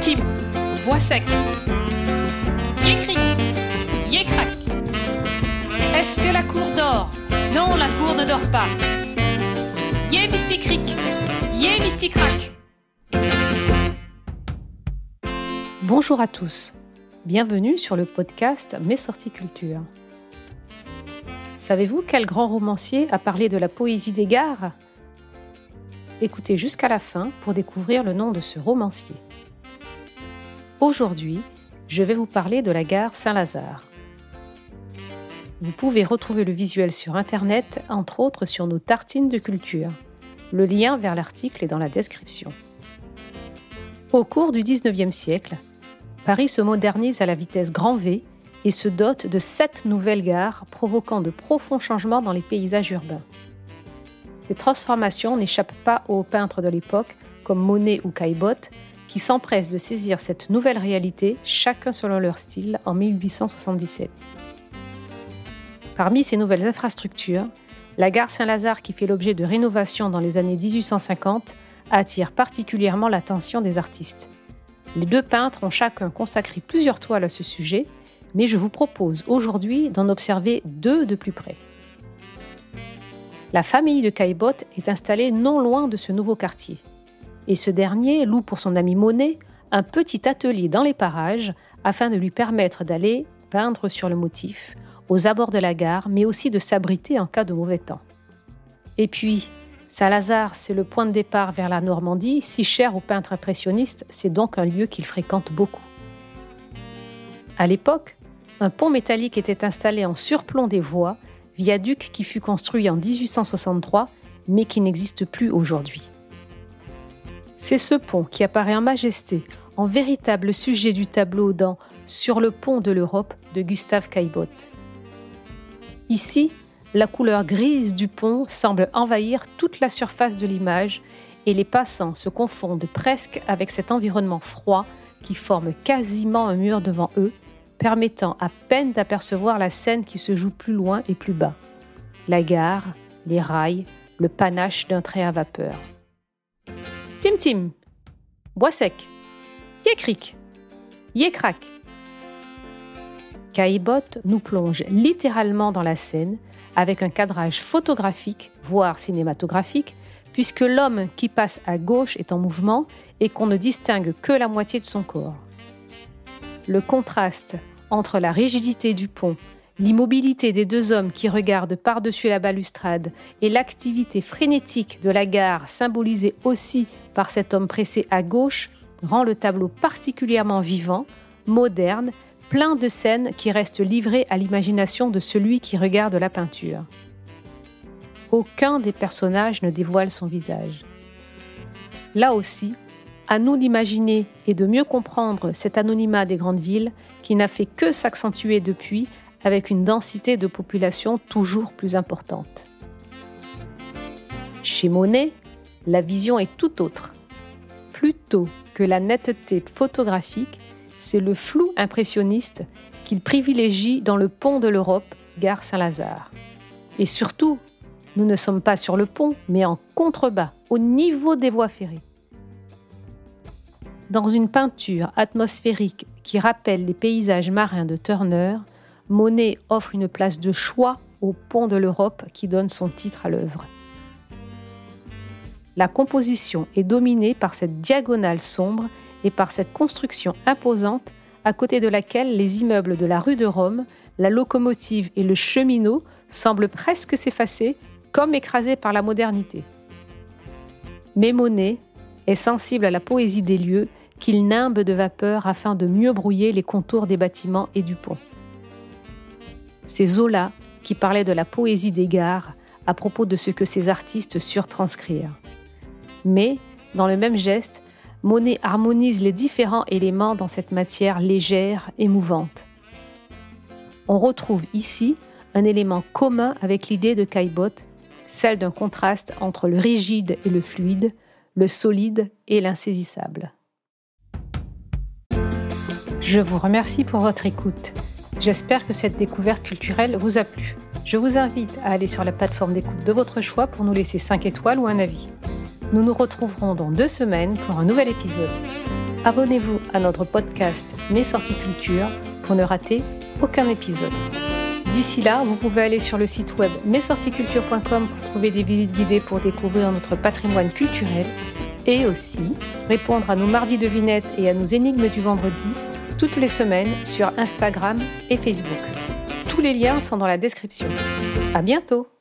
Tim, bois sec. Yécric, yécrac. Est-ce que la cour dort? Non, la cour ne dort pas. Yé mysticric, yé mysticrac. Bonjour à tous, bienvenue sur le podcast Mes Sorties Culture. Savez-vous quel grand romancier a parlé de la poésie des gares ? Écoutez jusqu'à la fin pour découvrir le nom de ce romancier. Aujourd'hui, je vais vous parler de la gare Saint-Lazare. Vous pouvez retrouver le visuel sur Internet, entre autres sur nos tartines de culture. Le lien vers l'article est dans la description. Au cours du XIXe siècle, Paris se modernise à la vitesse grand V et se dote de 7 nouvelles gares, provoquant de profonds changements dans les paysages urbains. Ces transformations n'échappent pas aux peintres de l'époque, comme Monet ou Caillebotte, qui s'empressent de saisir cette nouvelle réalité, chacun selon leur style, en 1877. Parmi ces nouvelles infrastructures, la gare Saint-Lazare, qui fait l'objet de rénovations dans les années 1850, attire particulièrement l'attention des artistes. Les deux peintres ont chacun consacré plusieurs toiles à ce sujet, mais je vous propose aujourd'hui d'en observer 2 de plus près. La famille de Caillebotte est installée non loin de ce nouveau quartier. Et ce dernier loue pour son ami Monet un petit atelier dans les parages afin de lui permettre d'aller peindre sur le motif, aux abords de la gare, mais aussi de s'abriter en cas de mauvais temps. Et puis, Saint-Lazare, c'est le point de départ vers la Normandie, si cher aux peintres impressionnistes, c'est donc un lieu qu'il fréquente beaucoup. À l'époque, un pont métallique était installé en surplomb des voies, viaduc qui fut construit en 1863, mais qui n'existe plus aujourd'hui. C'est ce pont qui apparaît en majesté, en véritable sujet du tableau dans « Sur le pont de l'Europe » de Gustave Caillebotte. Ici, la couleur grise du pont semble envahir toute la surface de l'image et les passants se confondent presque avec cet environnement froid qui forme quasiment un mur devant eux, permettant à peine d'apercevoir la scène qui se joue plus loin et plus bas. La gare, les rails, le panache d'un train à vapeur. Tim Tim, bois sec, yécric, yécrac. Caillebotte nous plonge littéralement dans la scène avec un cadrage photographique, voire cinématographique, puisque l'homme qui passe à gauche est en mouvement et qu'on ne distingue que la moitié de son corps. Le contraste entre la rigidité du pont, l'immobilité des 2 hommes qui regardent par-dessus la balustrade et l'activité frénétique de la gare symbolisée aussi par cet homme pressé à gauche rend le tableau particulièrement vivant, moderne, plein de scènes qui restent livrées à l'imagination de celui qui regarde la peinture. Aucun des personnages ne dévoile son visage. Là aussi, à nous d'imaginer et de mieux comprendre cet anonymat des grandes villes qui n'a fait que s'accentuer depuis avec une densité de population toujours plus importante. Chez Monet, la vision est tout autre. Plutôt que la netteté photographique, c'est le flou impressionniste qu'il privilégie dans le pont de l'Europe, gare Saint-Lazare. Et surtout, nous ne sommes pas sur le pont, mais en contrebas, au niveau des voies ferrées. Dans une peinture atmosphérique qui rappelle les paysages marins de Turner, Monet offre une place de choix au pont de l'Europe qui donne son titre à l'œuvre. La composition est dominée par cette diagonale sombre et par cette construction imposante à côté de laquelle les immeubles de la rue de Rome, la locomotive et le cheminot semblent presque s'effacer, comme écrasés par la modernité. Mais Monet est sensible à la poésie des lieux qu'il nimbe de vapeur afin de mieux brouiller les contours des bâtiments et du pont. C'est Zola qui parlait de la poésie des gares à propos de ce que ces artistes surent transcrire. Mais, dans le même geste, Monet harmonise les différents éléments dans cette matière légère et mouvante. On retrouve ici un élément commun avec l'idée de Caillebotte, celle d'un contraste entre le rigide et le fluide, le solide et l'insaisissable. Je vous remercie pour votre écoute. J'espère que cette découverte culturelle vous a plu. Je vous invite à aller sur la plateforme d'écoute de votre choix pour nous laisser 5 étoiles ou un avis. Nous nous retrouverons dans 2 semaines pour un nouvel épisode. abonnez-vous à notre podcast Mes Sorties Culture pour ne rater aucun épisode. D'ici là, vous pouvez aller sur le site web messortiesculture.com pour trouver des visites guidées pour découvrir notre patrimoine culturel et aussi répondre à nos mardis devinettes et à nos énigmes du vendredi toutes les semaines sur Instagram et Facebook. Tous les liens sont dans la description. À bientôt!